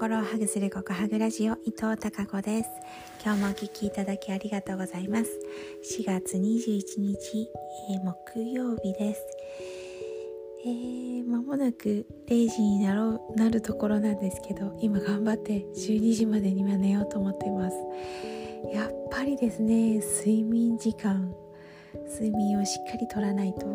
心をハグするココハグラジオ、伊藤孝子です。今日もお聞きいただきありがとうございます。4月21日、木曜日です。間もなく0時になるところなんですけど、今頑張って12時までには寝ようと思っています。やっぱりですね、睡眠をしっかりとらないと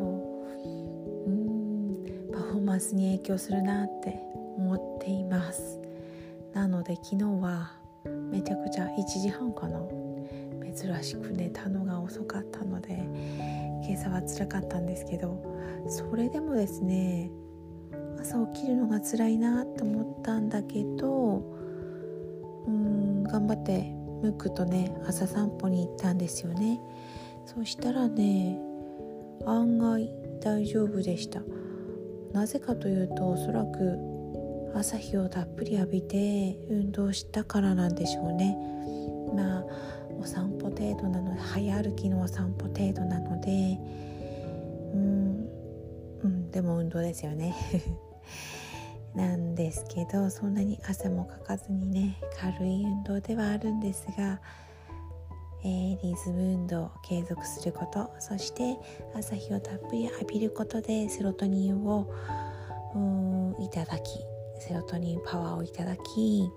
パフォーマンスに影響するなって思っています。なので昨日はめちゃくちゃ1時半かな、珍しく寝たのが遅かったので今朝は辛かったんですけど、それでもですね、朝起きるのが辛いなと思ったんだけど、頑張ってムックとね朝散歩に行ったんですよね。そしたらね、案外大丈夫でした。なぜかというと、おそらく朝日をたっぷり浴びて運動したからなんでしょうね。お散歩程度なので、早歩きのお散歩程度なので、でも運動ですよねなんですけど、そんなに汗もかかずにね、軽い運動ではあるんですが、リズム運動を継続すること、そして朝日をたっぷり浴びることでセロトニンをいただき、セロトニンパワーをいただき、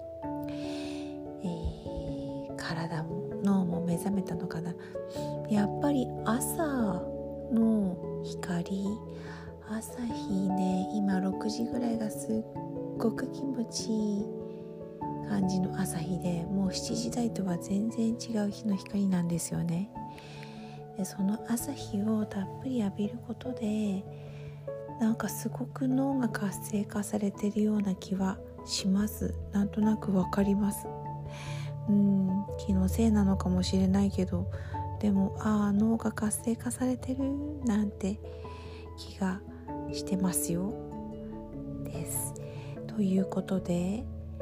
体も脳も目覚めたのかな。やっぱり朝の光、朝日ね、今6時ぐらいがすっごく気持ちいい感じの朝日で、もう7時台とは全然違う日の光なんですよね。でその朝日をたっぷり浴びることで、なんかすごく脳が活性化されてるような気はします。なんとなくわかります。気のせいなのかもしれないけど、でも脳が活性化されてるなんて気がしてますよです。ということで、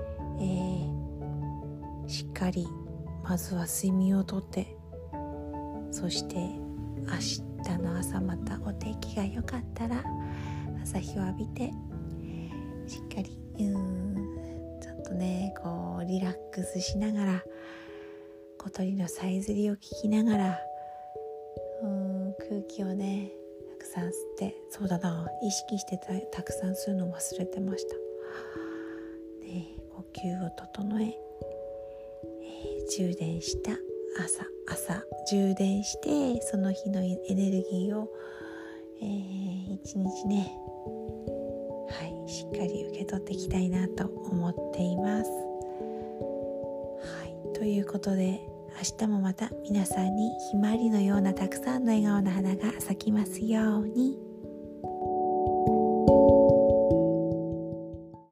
しっかりまずは睡眠をとって、そして明日の朝またお天気が良かったら朝日を浴びて、しっかりちょっとねこうリラックスしながら、小鳥のさえずりを聞きながら、空気をねたくさん吸って、そうだな、意識してたくさん吸うの忘れてました、呼吸を整え、充電した朝充電して、その日のエネルギーを、一日ね、しっかり受け取っていきたいなと思っています。ということで、明日もまた皆さんにひまわりのようなたくさんの笑顔の花が咲きますように。